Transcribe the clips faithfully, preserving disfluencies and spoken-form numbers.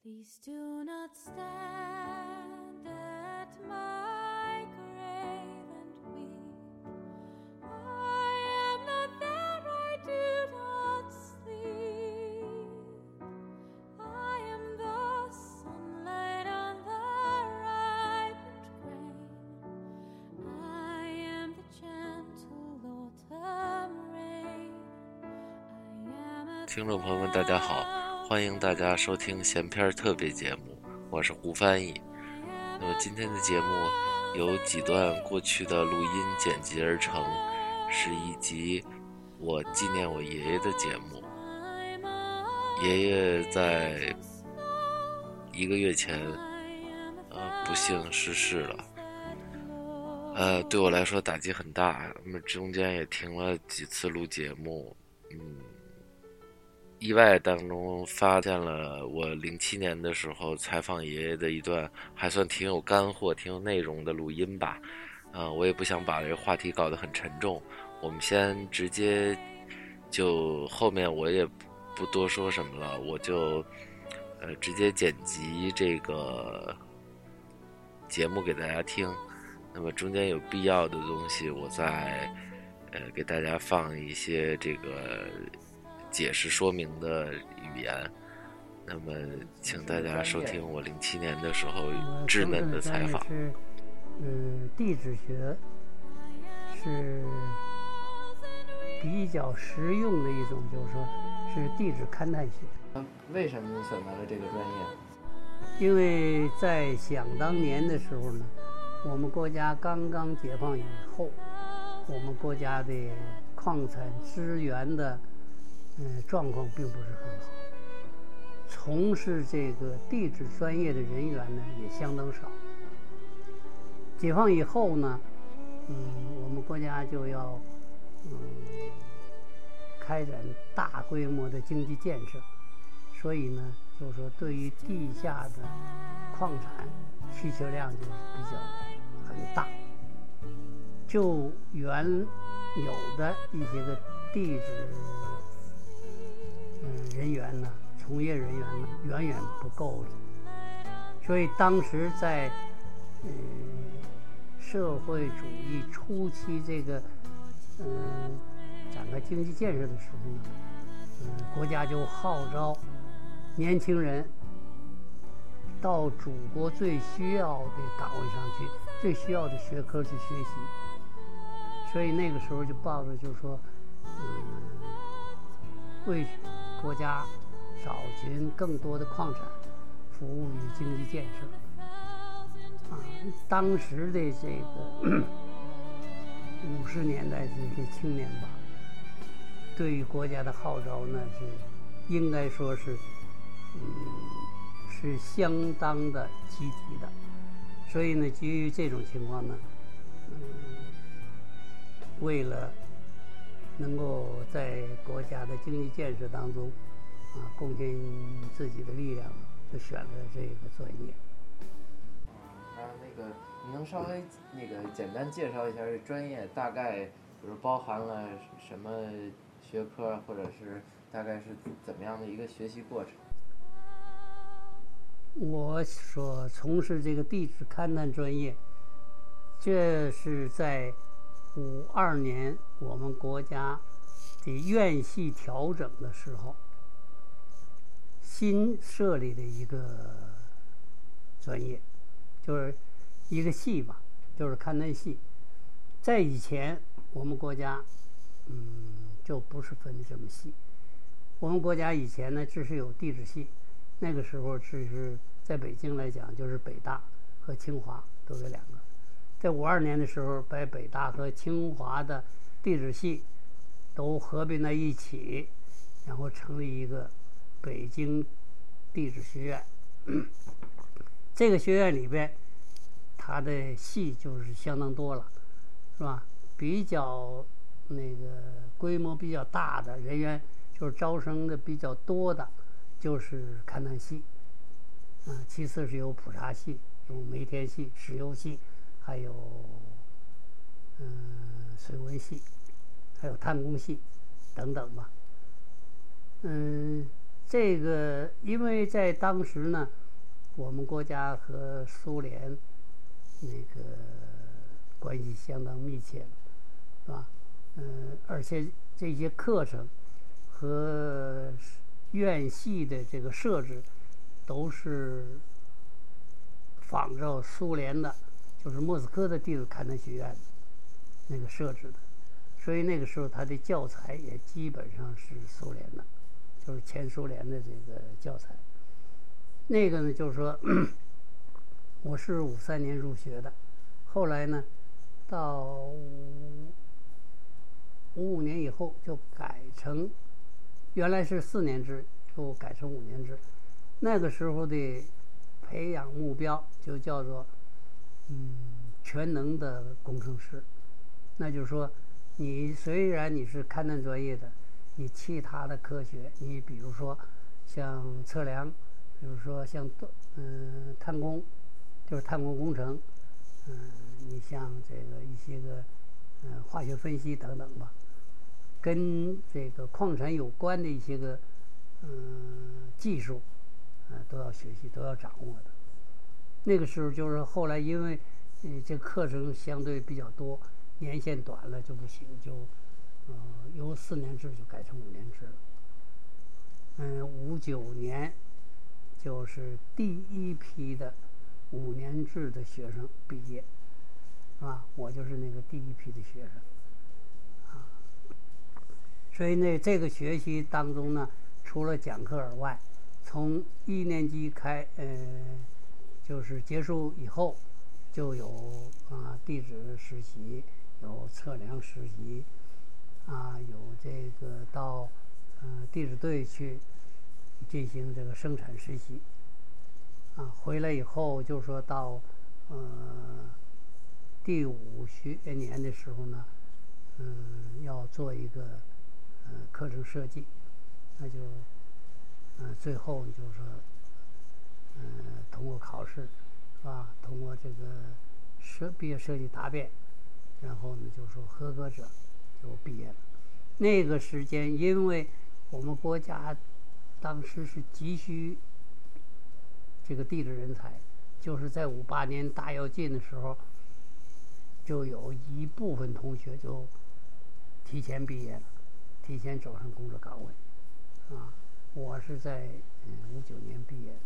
Please do not stand at my grave and weep. I am not there, I do not sleep. I am the sunlight on the ripened grain. I am the gentle autumn rain. I am a 听众朋友们大家好，欢迎大家收听闲篇特别节目，我是胡翻译。那么今天的节目由几段过去的录音剪辑而成，是一集我纪念我爷爷的节目。爷爷在一个月前呃不幸逝世了，呃对我来说打击很大，那么中间也停了几次录节目，嗯意外当中发现了我零七年的时候采访爷爷的一段还算挺有干货挺有内容的录音吧，呃，我也不想把这个话题搞得很沉重，我们先直接就后面我也不多说什么了，我就呃直接剪辑这个节目给大家听，那么中间有必要的东西我再呃给大家放一些这个解释说明的语言。那么请大家收听我零七年的时候稚嫩的采访。 是嗯，地质学是比较实用的一种，就是说是地质勘探学。 为什么你选择了这个专业？ 因为在想当年的时候呢，我们国家刚刚解放以后，我们国家的矿产资源的嗯，状况并不是很好，从事这个地质专业的人员呢也相当少。解放以后呢，嗯，我们国家就要嗯开展大规模的经济建设，所以呢，就是说对于地下的矿产需求量就是比较很大。就原有的一些个地质嗯，人员呢，从业人员呢，远远不够了。所以当时在嗯社会主义初期这个嗯展开经济建设的时候呢，嗯，国家就号召年轻人到祖国最需要的岗位上去，最需要的学科去学习。所以那个时候就抱着就是说，嗯，为国家找寻更多的矿产，服务于经济建设。啊，当时的这个五十年代这些青年吧，对于国家的号召呢，是应该说是，嗯，是相当的积极的。所以呢，基于这种情况呢，嗯，为了能够在国家的经济建设当中啊贡献自己的力量，就选了这个专业。 那那个你能稍微那个简单介绍一下这专业大概，比如包含了什么学科，或者是大概是怎么样的一个学习过程？ 我所从事这个地质勘探专业，这是在五二年我们国家的院系调整的时候新设立的一个专业，就是一个系吧，就是勘探系。在以前我们国家嗯就不是分这么细，我们国家以前呢只是有地质系，那个时候只是在北京来讲就是北大和清华都有两个。在五二年的时候，把北大和清华的地质系都合并在一起，然后成立一个北京地质学院。这个学院里边，它的系就是相当多了，是吧？比较那个规模比较大的人员，就是招生的比较多的，就是勘探系。啊，其次是有普查系，有煤田系、石油系。还有，嗯，水文系，还有探工系，等等吧。嗯， 这个因为在当时呢，我们国家和苏联那个关系相当密切，是吧？嗯，而且这些课程和院系的这个设置都是仿照苏联的，就是莫斯科的地质勘探学院那个设置的，所以那个时候它的教材也基本上是苏联的，就是前苏联的这个教材。那个呢，就是说，我是五三年入学的，后来呢，到五五年以后就改成，原来是四年制，就改成五年制。那个时候的培养目标就叫做，嗯，全能的工程师。那就是说，你虽然你是勘探专业的，你其他的科学，你比如说像测量，比如说像嗯、呃、探工，就是探工工程，嗯、呃，你像这个一些个嗯、呃、化学分析等等吧，跟这个矿产有关的一些个嗯、呃、技术，呃都要学习，都要掌握的。那个时候就是后来因为嗯、呃、这个课程相对比较多，年限短了就不行，就呃由四年制就改成五年制了。嗯，五九年就是第一批的五年制的学生毕业，是吧？我就是那个第一批的学生，啊，所以呢，这个学习当中呢，除了讲课而外，从一年级开，呃，就是结束以后，就有啊地质实习，有测量实习，啊，有这个到呃地质队去进行这个生产实习，啊，回来以后就说到呃第五学年的时候呢，嗯，要做一个呃课程设计，那就呃最后就是说，呃通过考试，是吧？通过这个设毕业设计答辩，然后呢就说合格者就毕业了。那个时间，因为我们国家当时是急需这个地质人才，就是在五八年大跃进的时候，就有一部分同学就提前毕业了，提前走上工作岗位，啊，我是在嗯五九年毕业的。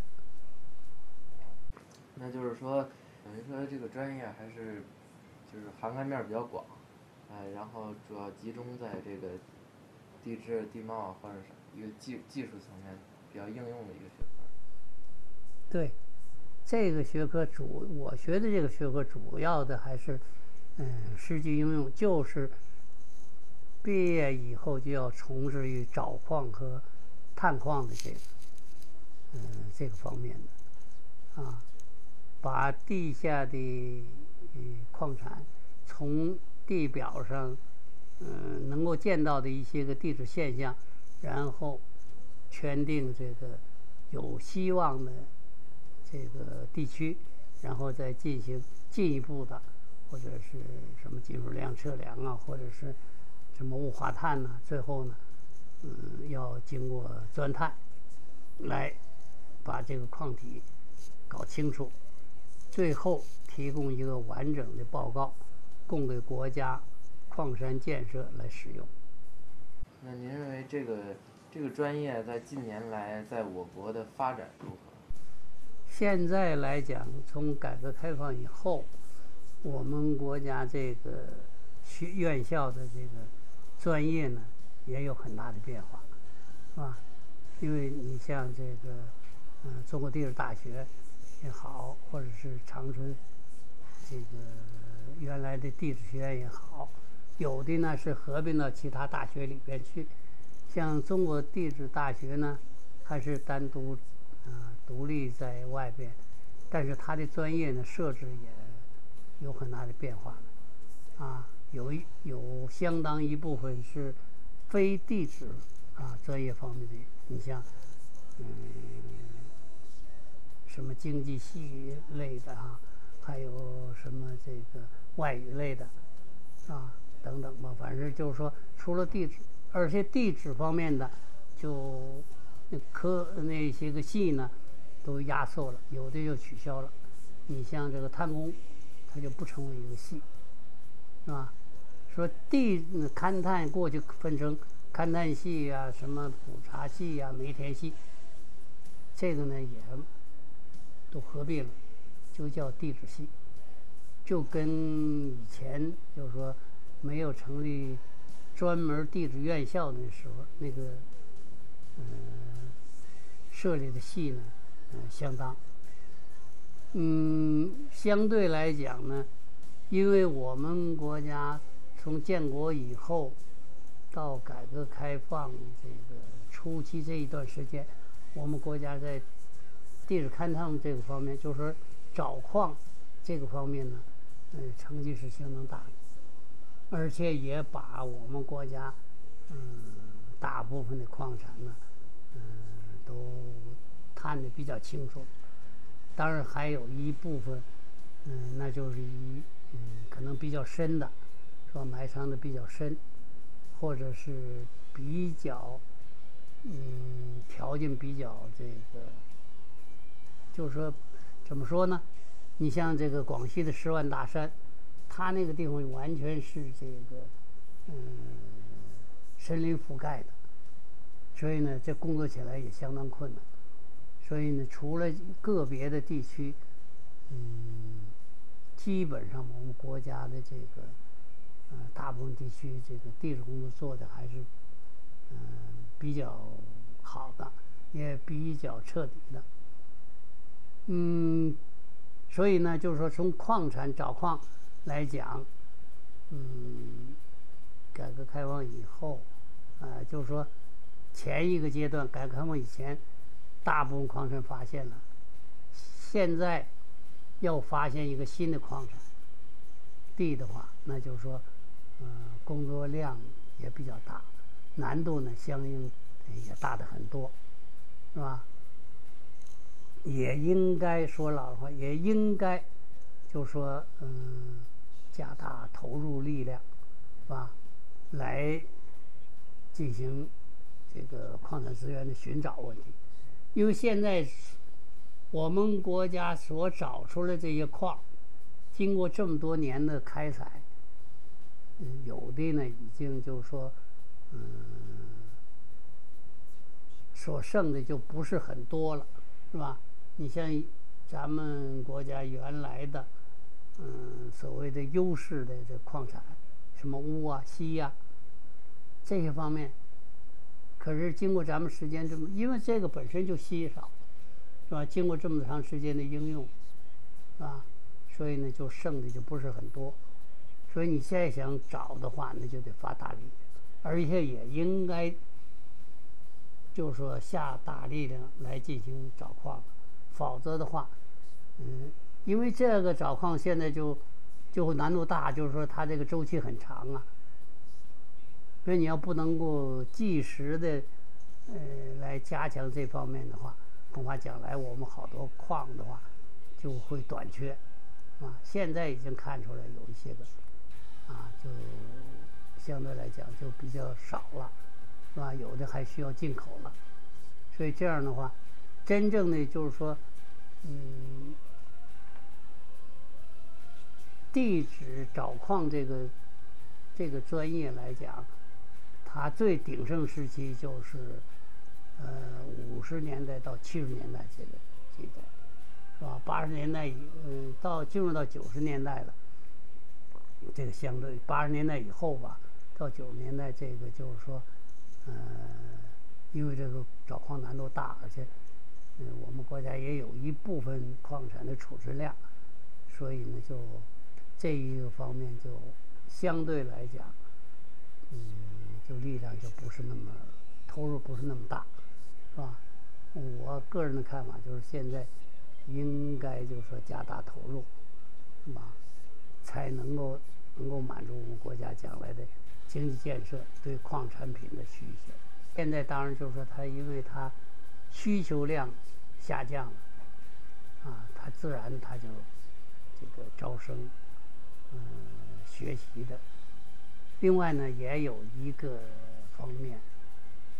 那就是说，等于说这个专业还是就是涵盖面比较广，呃，然后主要集中在这个地质、地貌或者是一个技技术层面比较应用的一个学科。 对，这个学科主我学的这个学科主要的还是嗯实际应用，就是毕业以后就要从事于找矿和探矿的这个嗯这个方面的啊。把地下的呃矿产从地表上嗯、呃、能够见到的一些个地质现象，然后圈定这个有希望的这个地区，然后再进行进一步的或者是什么金属量测量啊，或者是什么雾化碳呢、啊，最后呢嗯要经过钻探来把这个矿体搞清楚，最后提供一个完整的报告，供给国家矿山建设来使用。 那您认为这个这个专业在近年来在我国的发展如何？ 现在来讲，从改革开放以后，我们国家这个学院校的这个专业呢，也有很大的变化，是吧？因为你像这个，嗯、呃，中国地质大学也好，或者是长春这个原来的地质学院也好，有的呢是合并到其他大学里边去。像中国地质大学呢，还是单独啊、呃、独立在外边，但是它的专业呢设置也有很大的变化了，啊，有一有相当一部分是非地质啊专业方面的，你像嗯什么经济系类的啊，还有什么这个外语类的啊等等吧，反正就是说除了地质。而且地质方面的，就那科那些个系呢都压缩了，有的就取消了。你像这个探工，它就不成为一个系，是吧？说地勘探过去分成勘探系啊、什么普查系啊、煤田系，这个呢也都合并了，就叫地质系。就跟以前就是说没有成立专门地质院校那时候那个呃设立的系呢，呃相当。嗯，相对来讲呢，因为我们国家从建国以后到改革开放这个初期这一段时间，我们国家在地质勘探这个方面，就是说找矿这个方面呢，呃，成绩是相当大的，而且也把我们国家嗯大部分的矿产呢，嗯都探得比较清楚。当然还有一部分，嗯，那就是一嗯可能比较深的，是吧？埋藏的比较深，或者是比较嗯条件比较这个，就是说怎么说呢？你像这个广西的十万大山，它那个地方完全是这个嗯森林覆盖的，所以呢，这工作起来也相当困难。所以呢，除了个别的地区，嗯，基本上我们国家的这个呃大部分地区这个地质工作做的还是嗯、呃、比较好的，也比较彻底的。嗯，所以呢，就是说从矿产找矿来讲，嗯，改革开放以后，呃，就是说前一个阶段，改革开放以前，大部分矿产发现了，现在要发现一个新的矿产地的话，那就是说，呃，工作量也比较大，难度呢相应也大得很多，是吧？也应该说老实话，也应该就说嗯，加大投入力量，是吧？来进行这个矿产资源的寻找问题。因为现在我们国家所找出来这些矿，经过这么多年的开采，嗯，有的呢已经就是说，嗯，所剩的就不是很多了，是吧？你像咱们国家原来的，嗯，所谓的优势的这矿产，什么钨啊、锡呀、啊，这些方面。可是经过咱们时间这么，因为这个本身就稀少，是吧？经过这么长时间的应用，是吧？所以呢，就剩的就不是很多。所以你现在想找的话，那就得发大力，而且也应该，就是说下大力量来进行找矿，否则的话，嗯，因为这个找矿现在就就难度大，就是说它这个周期很长啊。所以你要不能够及时的，呃，来加强这方面的话，恐怕将来我们好多矿的话就会短缺，啊，现在已经看出来有一些个，啊，就相对来讲就比较少了，是吧？有的还需要进口了，所以这样的话，真正的就是说，嗯，地质找矿这个这个专业来讲。它最鼎盛时期就是，呃，五十年代到七十年代这个阶段，是吧？八十年代以，嗯，到进入到九十年代了，这个相对八十年代以后吧，到九十年代这个就是说，呃，因为这个找矿难度大，而且，嗯、呃，我们国家也有一部分矿产的储存量，所以呢，就这一个方面就相对来讲，嗯。就力量就不是那么投入，不是那么大，是吧？我个人的看法就是现在应该就是说加大投入，是吧？才能够能够满足我们国家将来的经济建设对矿产品的需求。现在当然就是说它因为它需求量下降了，啊，它自然它就这个招生，嗯、呃，学习的。另外呢，也有一个方面，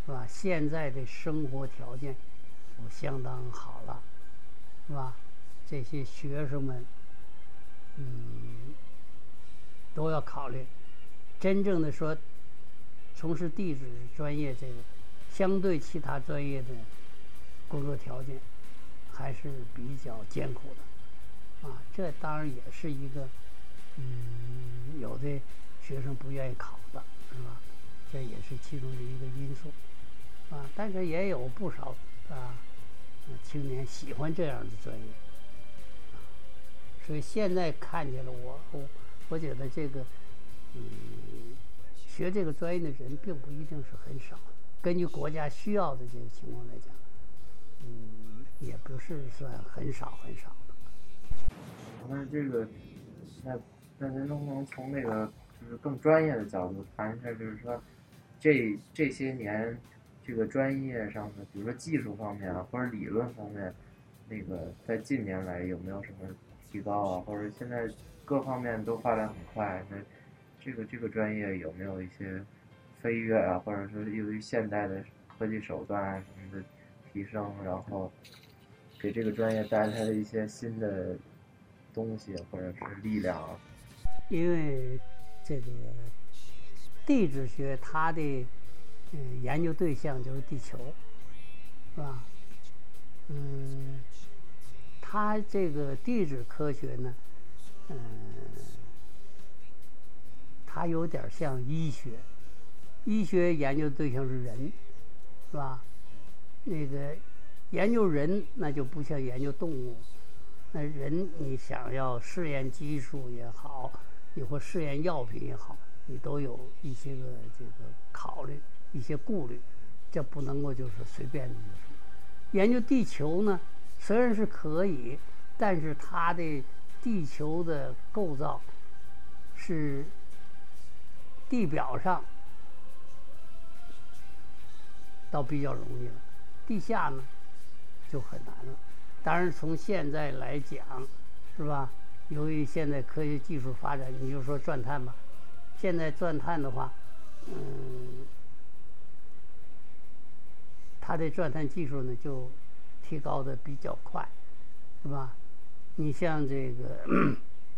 是吧？现在的生活条件都相当好了，是吧？这些学生们，嗯，都要考虑。真正的说，从事地质专业这个，相对其他专业的工作条件还是比较艰苦的，啊，这当然也是一个，嗯，有的学生不愿意考的，是吧？这也是其中的一个因素，啊，但是也有不少啊青年喜欢这样的专业，啊，所以现在看见了我我我觉得这个，嗯，学这个专业的人并不一定是很少，根据国家需要的这个情况来讲，嗯，也不是算很少很少的。 那这个，那那您能不能从那个就是更专业的角度谈一下，就是说，这这些年这个专业上的，比如说技术方面啊，或者理论方面，那个在近年来有没有什么提高啊？或者现在各方面都发展很快，那这个这个专业有没有一些飞跃啊，或者说由于现代的科技手段啊什么的提升，然后给这个专业带来了一些新的东西或者是力量啊？ 因为这个地质学它的嗯研究对象就是地球，是吧？嗯，它这个地质科学呢，嗯，它有点像医学，医学研究对象是人，是吧？那个研究人那就不像研究动物，那人你想要试验技术也好，你或试验药品也好，你都有一些个这个考虑，一些顾虑，这不能够就是随便的就是。研究地球呢，虽然是可以，但是它的地球的构造是地表上倒比较容易了，地下呢就很难了。当然从现在来讲，是吧？由于现在科学技术发展，你就说钻探吧，现在钻探的话，嗯，它的钻探技术呢就提高的比较快，是吧？你像这个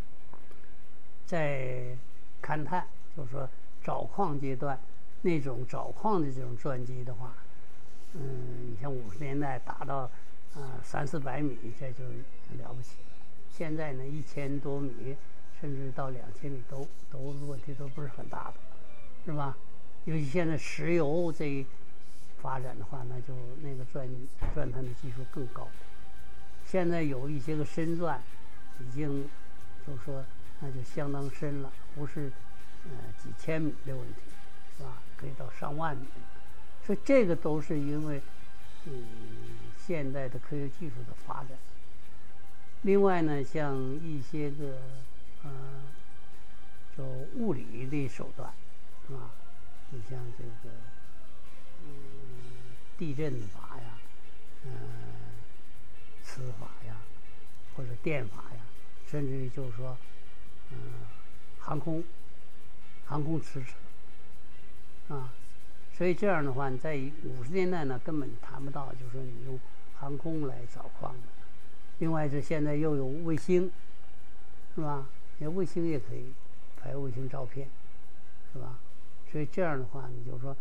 在勘探，就是说找矿阶段那种找矿的这种钻机的话，嗯，你像五十年代达到啊、呃、三四百米，这就了不起了。现在呢，一千多米，甚至到两千米都都问题都不是很大的，是吧？尤其现在石油这一发展的话，那就那个钻钻探的技术更高。现在有一些个深钻，已经就是说那就相当深了，不是呃几千米的问题，是吧？可以到上万米。所以这个都是因为嗯现代的科学技术的发展。另外呢，像一些个呃就物理的手段，是吧？你像这个嗯地震法呀，嗯、呃、磁法呀，或者电法呀，甚至于就是说嗯、呃、航空航空驰车啊。所以这样的话，你在五十年代呢，根本谈不到，就是说你用航空来找矿的。另外是现在又有卫星，是吧？那卫星也可以拍卫星照片，是吧？所以这样的话，你就说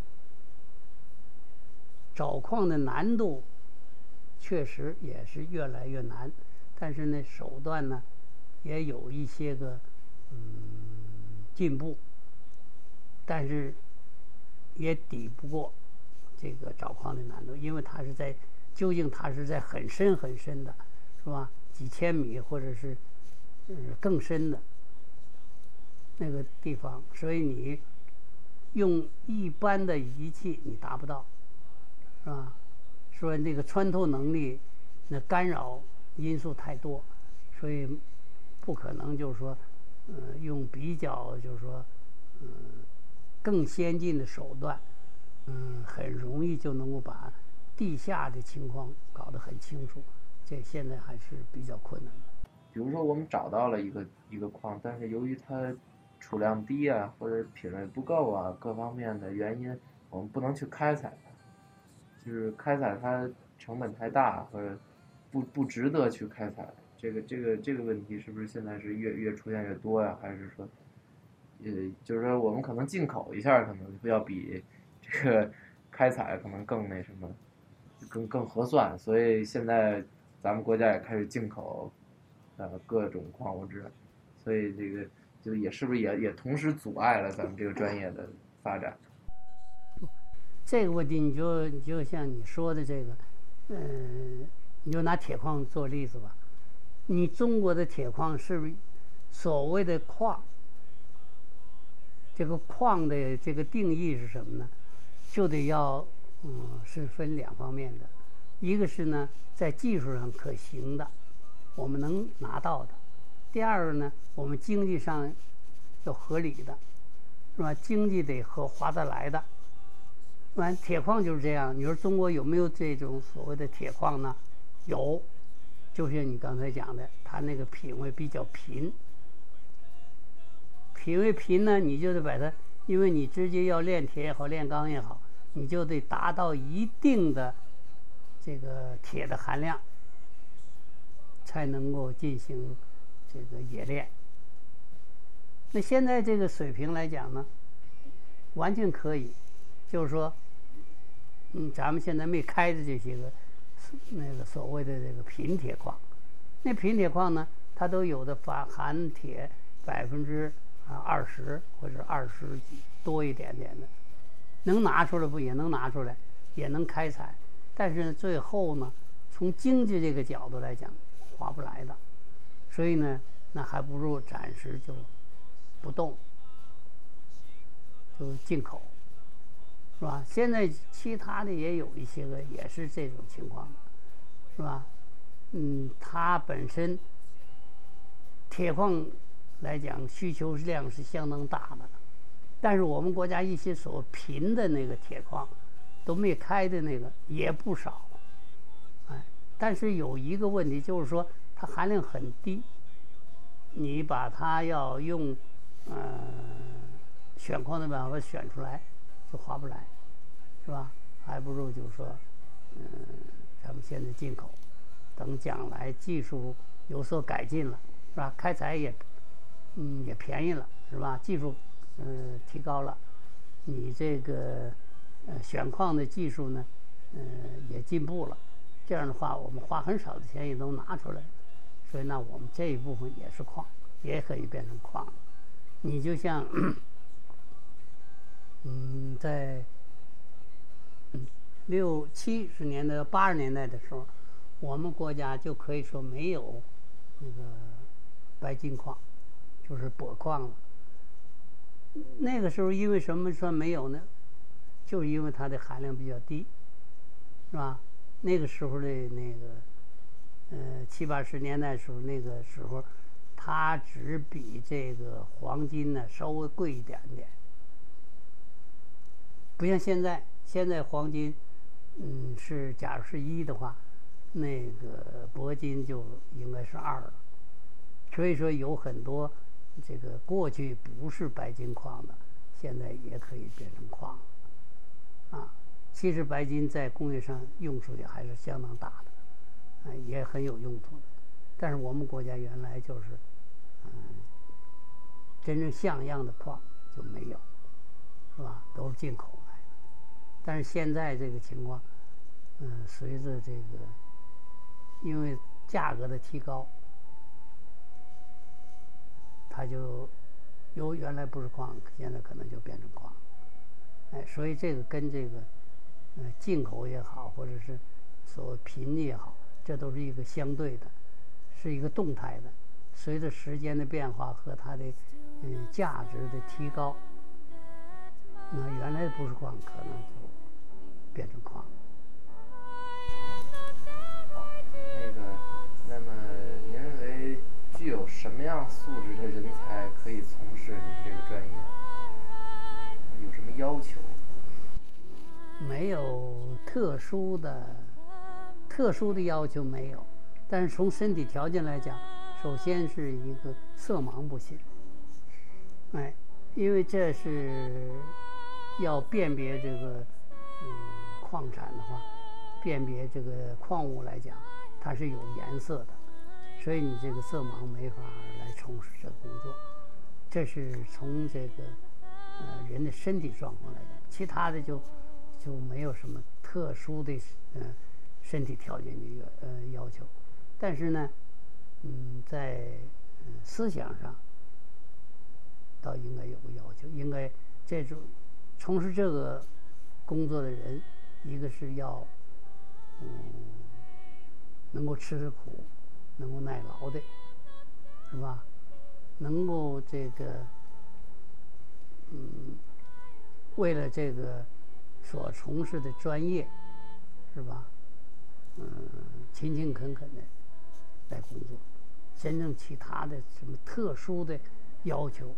找矿的难度确实也是越来越难，但是呢，手段呢也有一些个嗯进步，但是也抵不过这个找矿的难度，因为它是在究竟它是在很深很深的，是吧？几千米或者是嗯更深的那个地方，所以你用一般的仪器你达不到，是吧？说那个穿透能力，那干扰因素太多，所以不可能就是说，呃，用比较就是说，嗯、呃，更先进的手段，嗯，很容易就能够把地下的情况搞得很清楚，这现在还是比较困难的。 比如说我们找到了一个一个矿，但是由于它储量低啊，或者品位不够啊，各方面的原因，我们不能去开采它。 就是开采它成本太大，或者不不值得去开采。这个这个这个问题是不是现在是越越出现越多呀？还是说，呃，就是说我们可能进口一下，可能要比这个开采可能更那什么，更更合算。所以现在咱们国家也开始进口，呃，各种矿物质，所以这个就也是不是也也同时阻碍了咱们这个专业的发展？ 这个问题你就你就像你说的这个，呃，你就拿铁矿做例子吧。你中国的铁矿是不是所谓的矿？这个矿的这个定义是什么呢？就得要，嗯，是分两方面的，一个是呢在技术上可行的，我们能拿到的；第二个呢，我们经济上要合理的，是吧？经济得合划得来的。完，铁矿就是这样。你说中国有没有这种所谓的铁矿呢？有。就像你刚才讲的，它那个品位比较贫，品位贫呢，你就得把它，因为你直接要炼铁也好，炼钢也好，你就得达到一定的这个铁的含量，才能够进行这个冶炼。那现在这个水平来讲呢，完全可以，就是说，嗯，咱们现在没开的这些个。那个所谓的这个贫铁矿，那贫铁矿呢，它都有的含含铁百分之啊二十或者二十几多一点点的，能拿出来不也能拿出来，也能开采，但是呢，最后呢，从经济这个角度来讲，划不来的，所以呢，那还不如暂时就不动，就进口。是吧？现在其他的也有一些个也是这种情况的，是吧？嗯，它本身铁矿来讲需求量是相当大的，但是我们国家一些所贫的那个铁矿都没开的那个也不少，哎，但是有一个问题就是说它含量很低，你把它要用呃选矿的办法选出来。就划不来，是吧？还不如就是说，嗯，咱们现在进口，等将来技术有所改进了，是吧？开采也，嗯，也便宜了，是吧？技术，嗯、呃，提高了，你这个，呃，选矿的技术呢，嗯、呃，也进步了。这样的话，我们花很少的钱也都拿出来，所以呢，我们这一部分也是矿，也可以变成矿了。你就像。嗯，在嗯六七十年代、八十年代的时候，我们国家就可以说没有那个白金矿，就是铂矿了。那个时候因为什么说没有呢？就是因为它的含量比较低，是吧？那个时候的那个呃七八十年代的时候，那个时候它只比这个黄金呢稍微贵一点点。不像现在，现在黄金，嗯，是假如是一的话，那个铂金就应该是二了。所以说有很多这个过去不是白金矿的，现在也可以变成矿了，啊，其实白金在工业上用处也还是相当大的，啊，也很有用途的。但是我们国家原来就是，嗯，真正像样的矿就没有，是吧？都是进口。但是现在这个情况，嗯，随着这个，因为价格的提高，它就由原来不是矿，现在可能就变成矿，哎，所以这个跟这个，呃，进口也好，或者是所谓贫也好，这都是一个相对的，是一个动态的，随着时间的变化和它的嗯价值的提高，那原来不是矿可能就变成矿。 好，那个，那么您认为具有什么样素质的人才可以从事您这个专业？有什么要求？ 没有特殊的特殊的要求没有，但是从身体条件来讲，首先是一个色盲不行，哎，因为这是要辨别这个嗯矿产的话， 辨别这个矿物来讲，它是有颜色的，所以你这个色盲没法来从事这个工作。这是从这个呃人的身体状况来讲，其他的就就没有什么特殊的呃身体条件的一个呃要求。但是呢，嗯，在、呃、思想上倒应该有个要求，应该这种从事这个工作的人，一个是要嗯能够吃吃苦，能够耐劳的，是吧？能够这个嗯为了这个所从事的专业，是吧？嗯，勤勤恳恳的来工作，真正其他的什么特殊的要求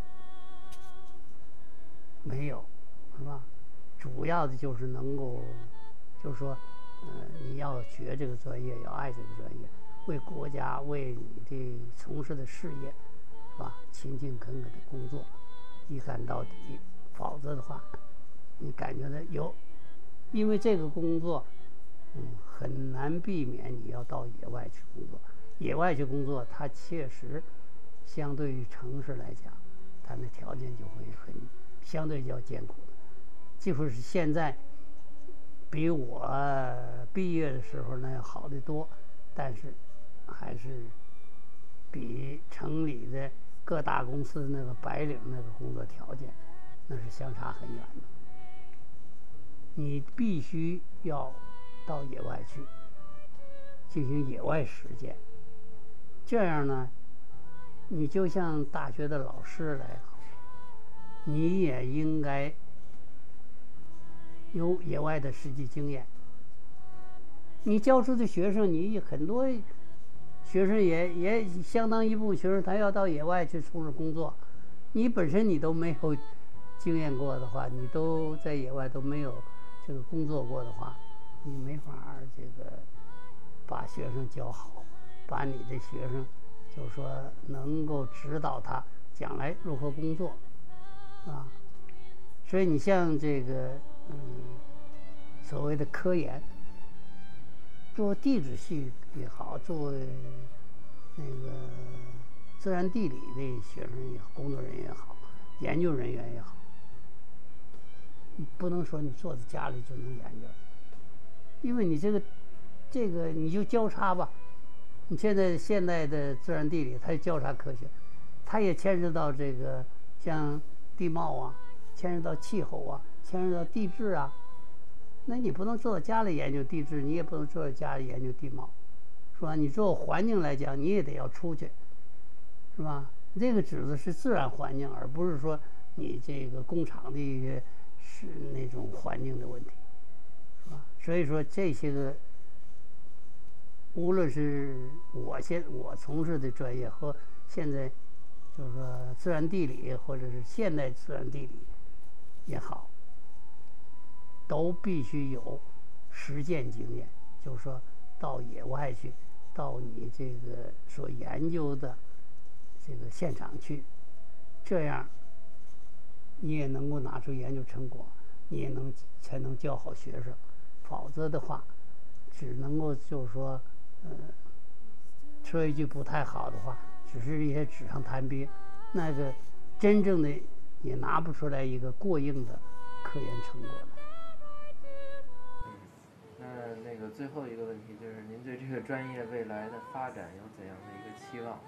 没有，是吧？主要的就是能够，就是说，呃，你要学这个专业，要爱这个专业，为国家、为你的从事的事业，是吧？勤勤恳恳的工作，一干到底。否则的话，你感觉到有，因为这个工作，嗯，很难避免你要到野外去工作。野外去工作，它确实相对于城市来讲，它的条件就会很相对较艰苦的。几乎是现在比我毕业的时候呢要好得多，但是还是比城里的各大公司那个白领那个工作条件那是相差很远的。你必须要到野外去进行野外实践，这样呢，你就像大学的老师来好，你也应该有野外的实际经验。你教出的学生，你很多学生也也相当一部分学生，他要到野外去从事工作，你本身你都没有经验过的话，你都在野外都没有这个工作过的话，你没法这个把学生教好，把你的学生就是说能够指导他将来如何工作，啊，所以你像这个嗯所谓的科研，做地质系也好，做那个自然地理的学生也好，工作人员也好，研究人员也好，你不能说你坐在家里就能研究，因为你这个这个你就交叉吧。你现在现代的自然地理，它是交叉科学，它也牵涉到这个像地貌啊，牵涉到气候啊，牵涉到地质啊。那你不能坐在家里研究地质，你也不能坐在家里研究地貌，是吧？你做环境来讲，你也得要出去，是吧？这个指的是自然环境，而不是说你这个工厂的一些是那种环境的问题，是吧？所以说这些个，无论是我现我从事的专业和现在就是说自然地理或者是现代自然地理也好，都必须有实践经验，就是说到野外去，到你这个所研究的这个现场去，这样你也能够拿出研究成果，你也能才能教好学生。否则的话，只能够就是说，呃，说一句不太好的话，只是一些纸上谈兵，那个真正的也拿不出来一个过硬的科研成果来。 那那个最后一个问题就是，您对这个专业未来的发展有怎样的一个期望？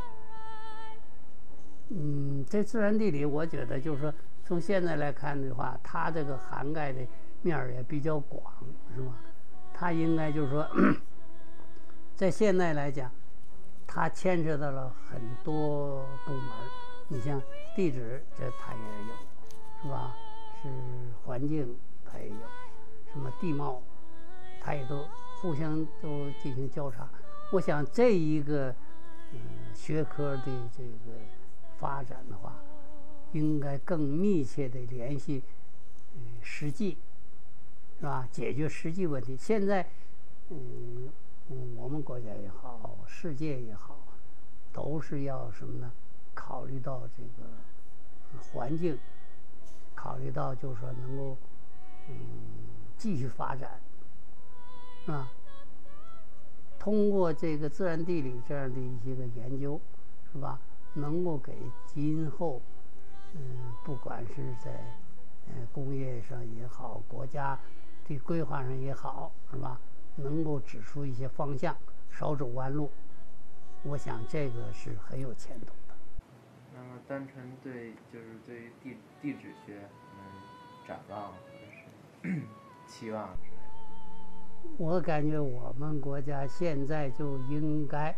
嗯，这自然地理，我觉得就是说，从现在来看的话，它这个涵盖的面儿也比较广，是吧？它应该就是说，在现在来讲，它牵扯到了很多部门。你像地质，这它也有，是吧？是环境，它也有，什么地貌，它也都互相都进行交叉。我想这一个嗯学科的这个发展的话，应该更密切的联系嗯实际，是吧？解决实际问题。现在嗯嗯我们国家也好，世界也好，都是要什么呢？考虑到这个环境，考虑到就是说能够嗯继续发展， 是吧？通过这个自然地理这样的一些个研究，是吧？能够给今后，嗯，不管是在呃工业上也好，国家的规划上也好，是吧？能够指出一些方向，少走弯路。我想这个是很有前途的。 那么单纯对就是对于地地质学，嗯，展望或者是期望之类的。 我感觉我们国家现在就应该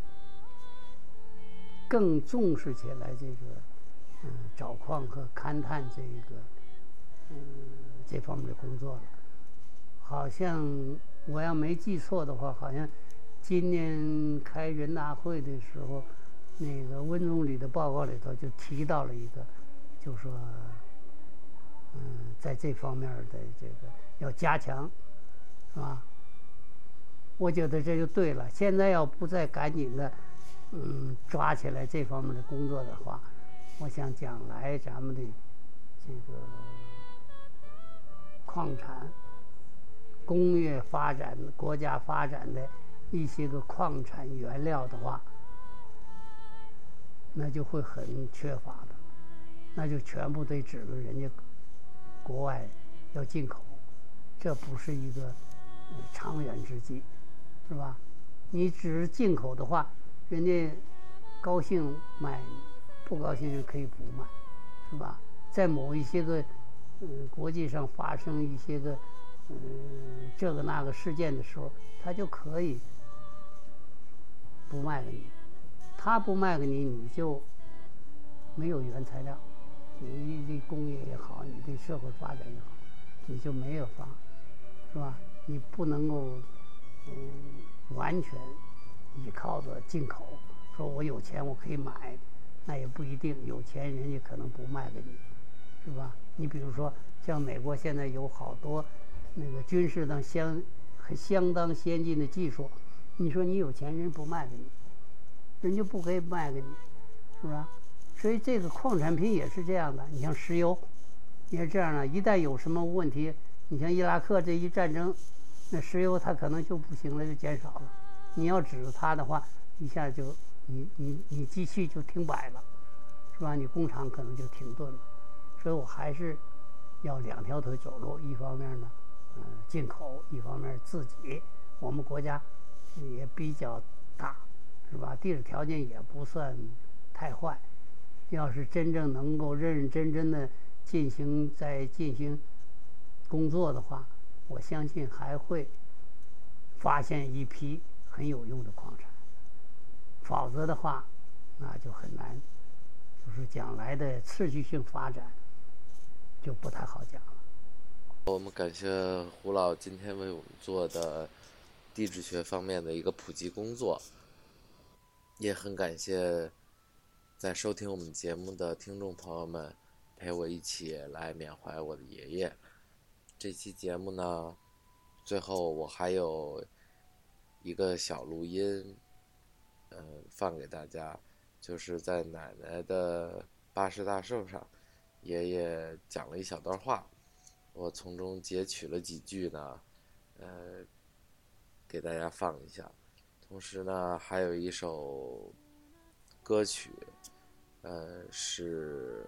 更重视起来这个，嗯，找矿和勘探这个，嗯，这方面的工作了。好像我要没记错的话，好像今年开人大会的时候，那个温总理的报告里头就提到了一个，就说，嗯，在这方面的这个要加强，是吧？我觉得这就对了。现在要不再赶紧的，嗯，抓起来这方面的工作的话，我想将来咱们的这个矿产、工业发展、国家发展的一些个矿产原料的话，那就会很缺乏的，那就全部得指着人家国外要进口，这不是一个、呃、长远之计，是吧？你只是进口的话，人家高兴买，不高兴人可以不买，是吧？在某一些个嗯、呃、国际上发生一些个嗯、呃、这个那个事件的时候，他就可以不卖给你。他不卖给你，你就没有原材料，你的工业也好，你的社会发展也好，你就没有法，是吧？你不能够嗯完全依靠着进口，说我有钱我可以买，那也不一定，有钱人家可能不卖给你，是吧？你比如说像美国现在有好多那个军事上相相当先进的技术，你说你有钱人不卖给你，人就不可以卖给你，是吧？所以这个矿产品也是这样的，你像石油也是这样的，一旦有什么问题，你像伊拉克这一战争，那石油它可能就不行了，就减少了。你要指着它的话，一下就你你你机器就停摆了，是吧？你工厂可能就停顿了。所以我还是要两条腿走路，一方面呢，嗯、呃，进口；一方面自己，我们国家也比较大，是吧？地质条件也不算太坏。要是真正能够认认真真的进行在进行工作的话，我相信还会发现一批很有用的矿产。否则的话，那就很难，就是将来的持续性发展就不太好讲了。 我们感谢胡老今天为我们做的地质学方面的一个普及工作，也很感谢在收听我们节目的听众朋友们陪我一起来缅怀我的爷爷。这期节目呢，最后我还有一个小录音呃，放给大家，就是在奶奶的八十大寿上，爷爷讲了一小段话，我从中截取了几句呢，呃，给大家放一下。同时呢，还有一首歌曲，呃，是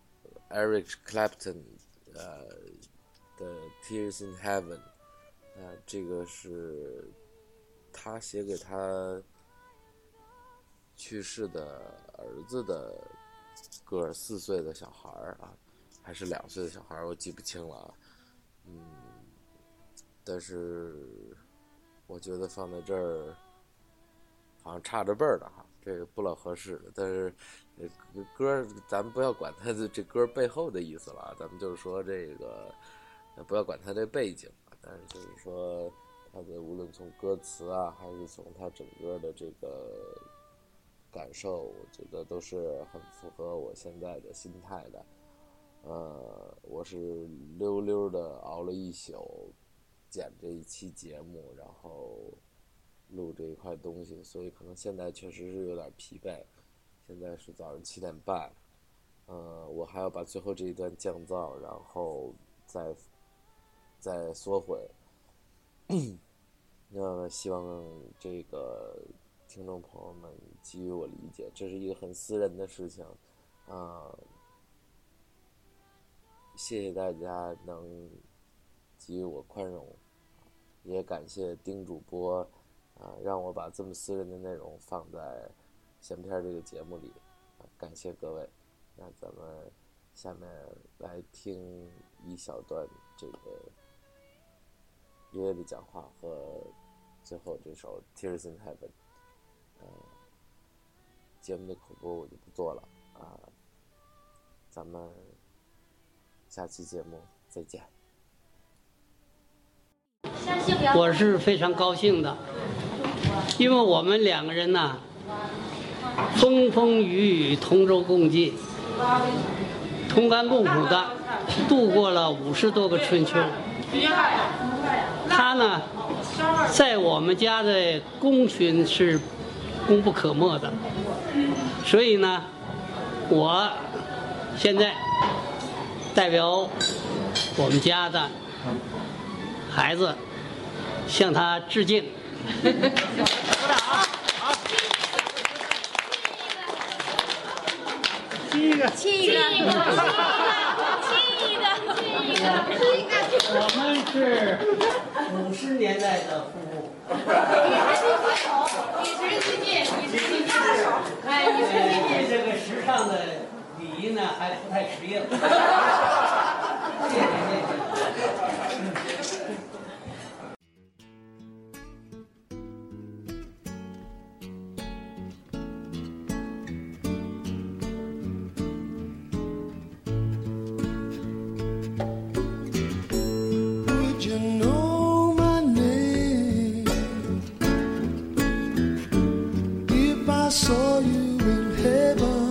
Eric Clapton 呃的 Tears in Heaven， 呃，这个是他写给他去世的儿子的歌，四岁的小孩啊，还是两岁的小孩，我记不清了啊。嗯，但是我觉得放在这儿好像差着辈儿的哈，这个不老合适的。但是歌咱们不要管它的这歌背后的意思了，咱们就是说这个不要管它这背景，但是就是说它的无论从歌词啊，还是从它整个的这个感受，我觉得都是很符合我现在的心态的。呃，我是溜溜的熬了一宿剪这一期节目，然后录这一块东西，所以可能现在确实是有点疲惫。现在是早上七点半，呃，我还要把最后这一段降噪，然后再再缩回。 那希望这个听众朋友们给予我理解，这是一个很私人的事情啊、呃。谢谢大家能给予我宽容，也感谢丁主播啊、呃，让我把这么私人的内容放在闲篇这个节目里，啊、感谢各位。那咱们下面来听一小段这个爷爷的讲话和最后这首 Tears in Heaven。呃，节目的口播我就不做了啊、呃，咱们下期节目再见。 我是非常高兴的，因为我们两个人呢，风风雨雨同舟共济，同甘共苦的度过了五十多个春秋。他呢，在我们家的功勋是功不可没的，所以呢，我现在代表我们家的孩子向他致敬。亲一个， 亲一个，亲一个，亲一个，亲一个。 我们是五十年代的夫妇。 你还是最好，你是最近，你是你压的手，哎，你是最近。 这个时尚的礼仪呢，还不太适应。谢谢谢谢。 Saw you in heaven.